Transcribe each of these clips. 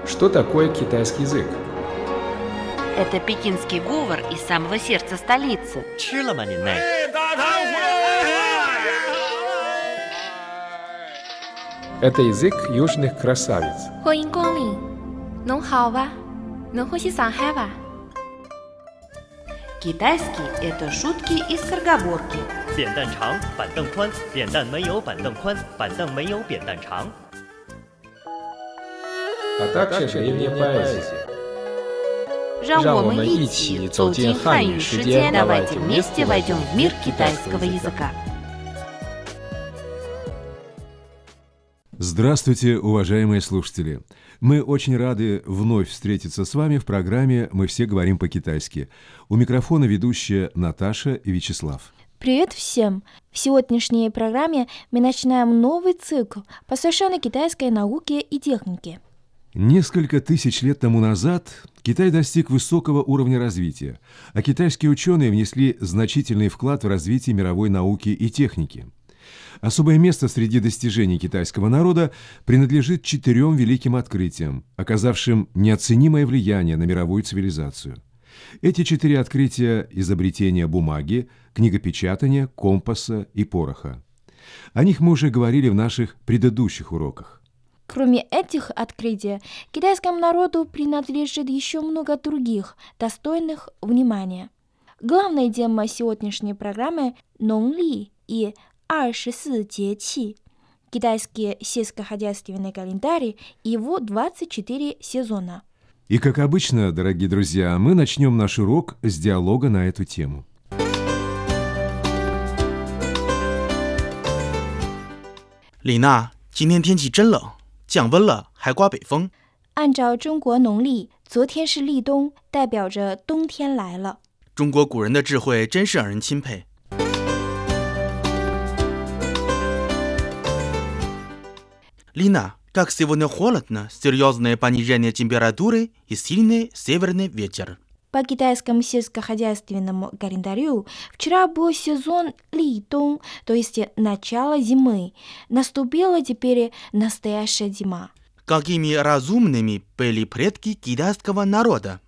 Что такое китайский язык? Это пекинский говор из самого сердца столицы. Это язык южных красавиц. 欢迎光临，侬好哇，侬欢喜上海哇？ Китайский – это шутки и скороговорки. 扁担长，板凳宽，扁担没有板凳宽，板凳没有扁担长。 А также древняя поэзия. 让我们一起走进汉语世界，давайте вместе войдем в мир китайского языка. Здравствуйте, уважаемые слушатели! Мы очень рады вновь встретиться с вами в программе «Мы все говорим по-китайски». У микрофона ведущая Наташа и Вячеслав. Привет всем! В сегодняшней программе мы начинаем новый цикл, посвященный китайской науке и технике. Несколько тысяч лет тому назад Китай достиг высокого уровня развития, а китайские ученые внесли значительный вклад в развитие мировой науки и техники. Особое место среди достижений китайского народа принадлежит 4 великим открытиям, оказавшим неоценимое влияние на мировую цивилизацию. Эти 4 открытия – изобретение бумаги, книгопечатания, компаса и пороха. О них мы уже говорили в наших предыдущих уроках. Кроме этих открытий, китайскому народу принадлежит еще много других, достойных внимания. Главная тема сегодняшней программы – Нонли и 24节气, китайский сельскохозяйственный календарь и его 24 сезона. И, как обычно, дорогие друзья, мы начнем наш урок с диалога на эту тему. Лина, 今天天气真冷，降温了，还刮北风。 按照中国农历，昨天是立冬，代表着冬天来了。 中国古人的智慧真是让人钦佩。Лина, как сегодня холодно, серьезные понижение температуры и сильный северный ветер. По китайскому сельскохозяйственному календарю вчера был сезон Ли-Дong, то есть начало зимы. Наступила теперь настоящая зима. Какими разумными были предки китайского народа?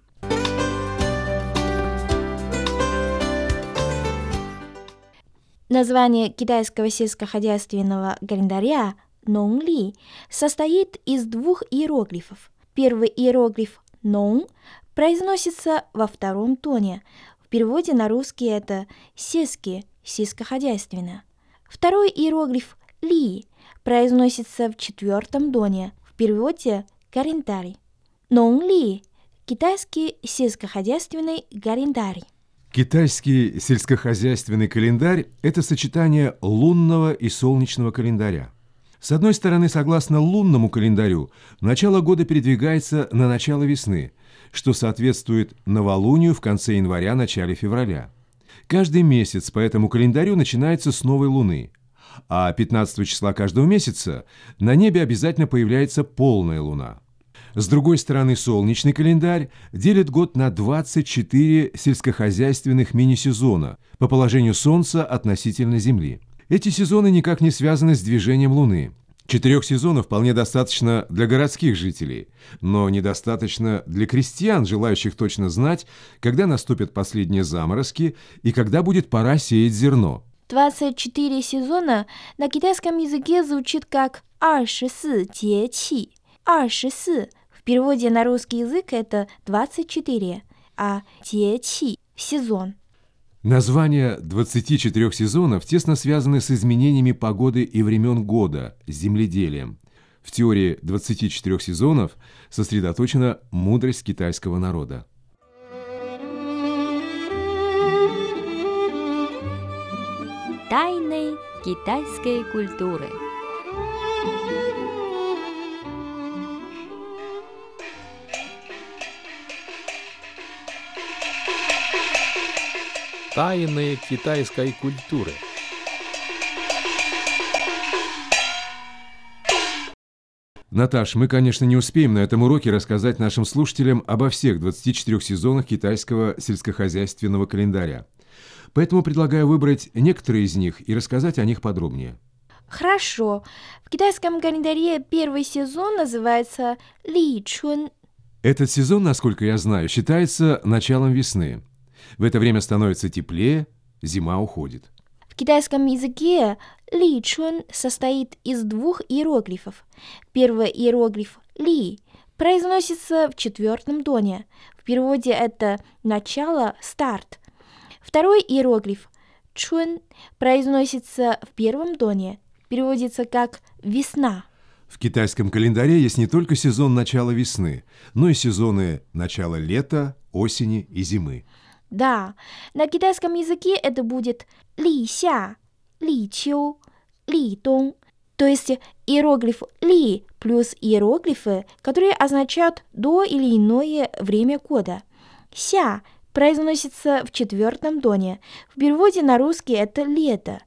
Название китайского сельскохозяйственного календаря Нонли состоит из 2 иероглифов. Первый иероглиф «нон» произносится во втором тоне. В переводе на русский это «сельский», «сельскохозяйственно». Второй иероглиф «ли» произносится в 4-м тоне. В переводе «календарь». Нонли – китайский сельскохозяйственный календарь. Китайский сельскохозяйственный календарь – это сочетание лунного и солнечного календаря. С одной стороны, согласно лунному календарю, начало года передвигается на начало весны, что соответствует новолунию в конце января, начале февраля. Каждый месяц по этому календарю начинается с новой луны, а 15 числа каждого месяца на небе обязательно появляется полная луна. С другой стороны, солнечный календарь делит год на 24 сельскохозяйственных мини-сезона по положению Солнца относительно Земли. Эти сезоны никак не связаны с движением Луны. 4 сезонов вполне достаточно для городских жителей, но недостаточно для крестьян, желающих точно знать, когда наступят последние заморозки и когда будет пора сеять зерно. 24 сезона на китайском языке звучит как 24节气. 24 в переводе на русский язык это 24, а 节气– сезон. Названия 24 сезонов тесно связаны с изменениями погоды и времен года, с земледелием. В теории 24 сезонов сосредоточена мудрость китайского народа. Тайны китайской культуры. Тайны китайской культуры. Наташ, мы, конечно, не успеем на этом уроке рассказать нашим слушателям обо всех 24 сезонах китайского сельскохозяйственного календаря. Поэтому предлагаю выбрать некоторые из них и рассказать о них подробнее. Хорошо. В китайском календаре первый сезон называется Ли Чун. Этот сезон, насколько я знаю, считается началом весны. В это время становится теплее, зима уходит. В китайском языке Ли Чун состоит из двух иероглифов. Первый иероглиф Ли произносится в четвертом тоне. В переводе это начало, старт. Второй иероглиф Чун произносится в первом тоне. Переводится как весна. В китайском календаре есть не только сезон начала весны, но и сезоны начала лета, осени и зимы. Да, на китайском языке это будет Ли Ся, Ли Чу, Ли Дong. То есть иероглиф Ли плюс иероглифы, которые означают то или иное время года. Ся произносится в четвертом тоне. В переводе на русский это лето.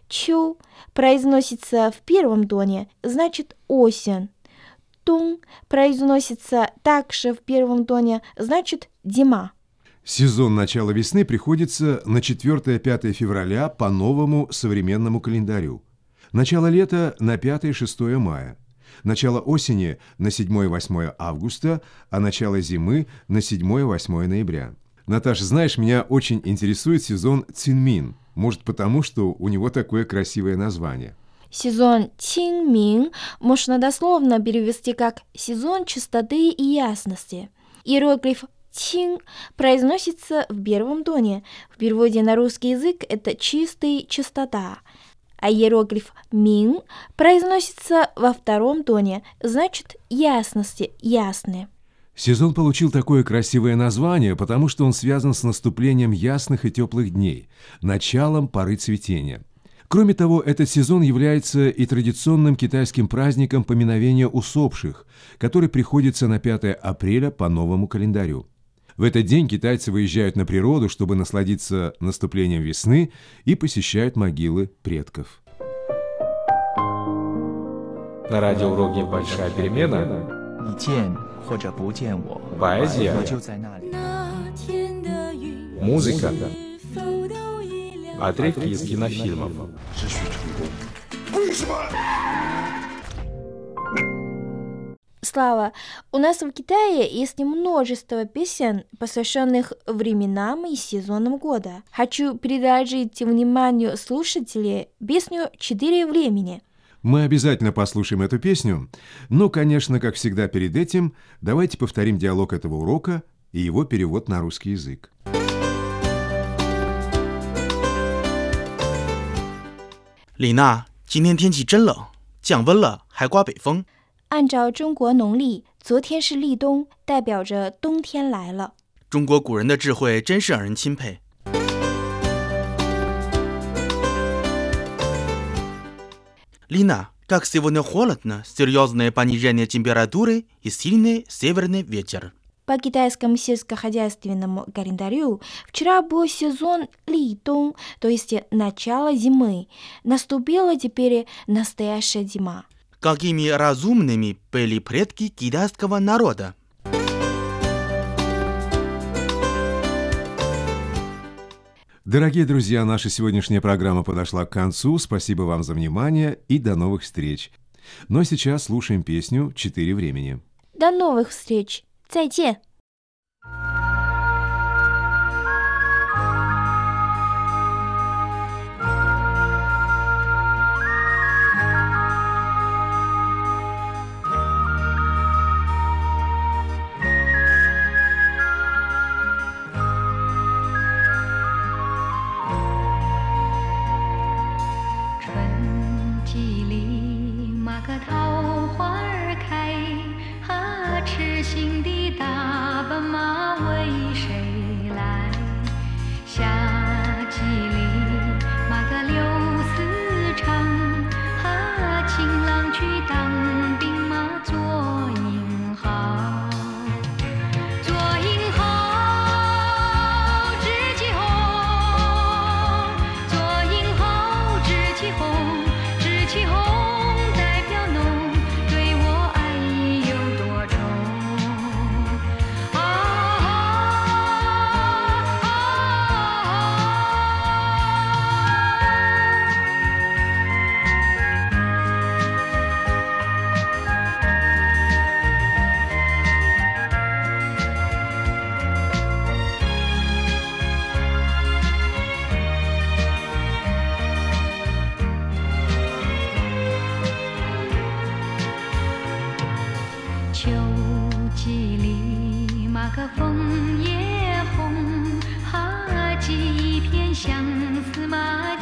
Чу произносится в первом тоне, значит осень. Дong произносится также в первом тоне, значит зима. Сезон начала весны приходится на 4-5 февраля по новому современному календарю. Начало лета на 5-6 мая. Начало осени на 7-8 августа, а начало зимы на 7-8 ноября. Наташа, знаешь, меня очень интересует сезон Цинмин. Может, потому, что у него такое красивое название. Сезон Цинмин можно дословно перевести как «сезон чистоты и ясности». Иероглиф «чин» произносится в первом тоне. В переводе на русский язык это «чистый», «чистота». А иероглиф «мин» произносится во втором тоне, значит «ясности», «ясные». Сезон получил такое красивое название, потому что он связан с наступлением ясных и теплых дней, началом поры цветения. Кроме того, этот сезон является и традиционным китайским праздником поминовения усопших, который приходится на 5 апреля по новому календарю. В этот день китайцы выезжают на природу, чтобы насладиться наступлением весны и посещают могилы предков. На радиоуроке «Большая перемена» поэзия, музыка, отрывки из кинофильмов. Слава, у нас в Китае есть множество песен, посвященных временам и сезонам года. Хочу предложить вниманию слушателей песню «Четыре времени». Мы обязательно послушаем эту песню, но, конечно, как всегда перед этим, давайте повторим диалог этого урока и его перевод на русский язык. Лина, 今天天气真冷，降温了，还刮北风。 按照中国农历，昨天是立冬，代表着冬天来了。 中国古人的智慧真是让人钦佩。Лина, как сегодня холодно, серьезные понижение температуры и сильный северный ветер. По китайскому сельскохозяйственному календарю вчера был сезон Ли-Дong, то есть начало зимы. Наступила теперь настоящая зима. Какими разумными были предки китайского народа? Дорогие друзья, наша сегодняшняя программа подошла к концу. Спасибо вам за внимание и до новых встреч. Ну а сейчас слушаем песню «Четыре времени». До новых встреч! 再见! 秋季里马可枫叶红，哈，几片相思马。